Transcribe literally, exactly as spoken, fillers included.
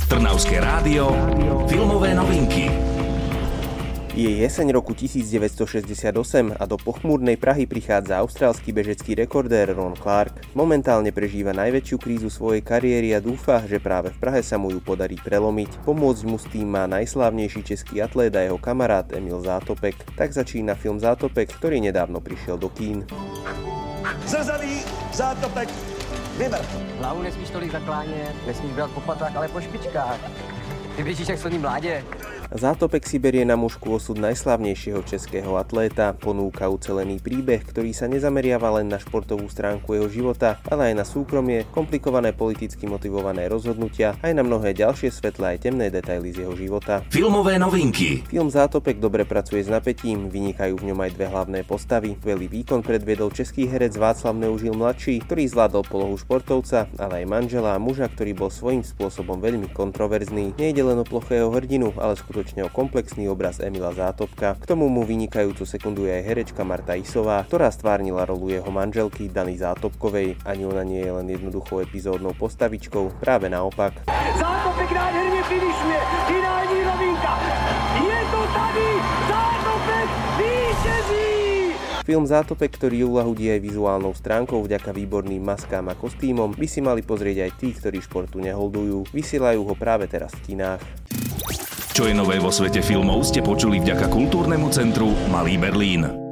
Trnavské rádio, filmové novinky. Je jeseň roku devätnásťstošesťdesiatosem a do pochmúrnej Prahy prichádza austrálsky bežecký rekordér Ron Clarke. Momentálne prežíva najväčšiu krízu svojej kariéry a dúfa, že práve v Prahe sa mu ju podarí prelomiť. Pomôcť mu s tým má najslávnejší český atlét a jeho kamarát Emil Zátopek. Tak začína film Zátopek, ktorý nedávno prišiel do kín. Zrzavý Zátopek, vyber. Hlavu nesmíš tolik zaklánět, nesmíš brát po patách, ale po špičkách. Ty běžíš jak silný mládě. Zátopek si berie na mužku osud najslávnejšieho českého atléta, ponúka ucelený príbeh, ktorý sa nezameriava len na športovú stránku jeho života, ale aj na súkromie, komplikované politicky motivované rozhodnutia, aj na mnohé ďalšie svetlé aj temné detaily z jeho života. Filmové novinky. Film Zátopek dobre pracuje s napätím, vynikajú v ňom aj dve hlavné postavy. Veľký výkon predviedol český herec Václav Neužil mladší, ktorý zvládol polohu športovca, ale aj manžela a muža, ktorý bol svojím spôsobom veľmi kontroverzný. Nejde len o plochého hrdinu, ale skutočne o komplexný obraz Emila Zátopka. K tomu mu vynikajúco sekunduje aj herečka Marta Isová, ktorá stvárnila rolu jeho manželky Dany Zátopkovej. Ani ona nie je len jednoduchou epizódnou postavičkou, práve naopak. Zátopek nádherne finišuje, finální novinka. Je to tady, Zátopek vítězí! Film Zátopek, ktorý uľahudí aj vizuálnou stránkou vďaka výborným maskám a kostýmom, by si mali pozrieť aj tí, ktorí športu neholdujú. Vysielajú ho práve teraz v kinách. Čo je nové vo svete filmov, ste počuli vďaka Kultúrnemu centru Malý Berlín.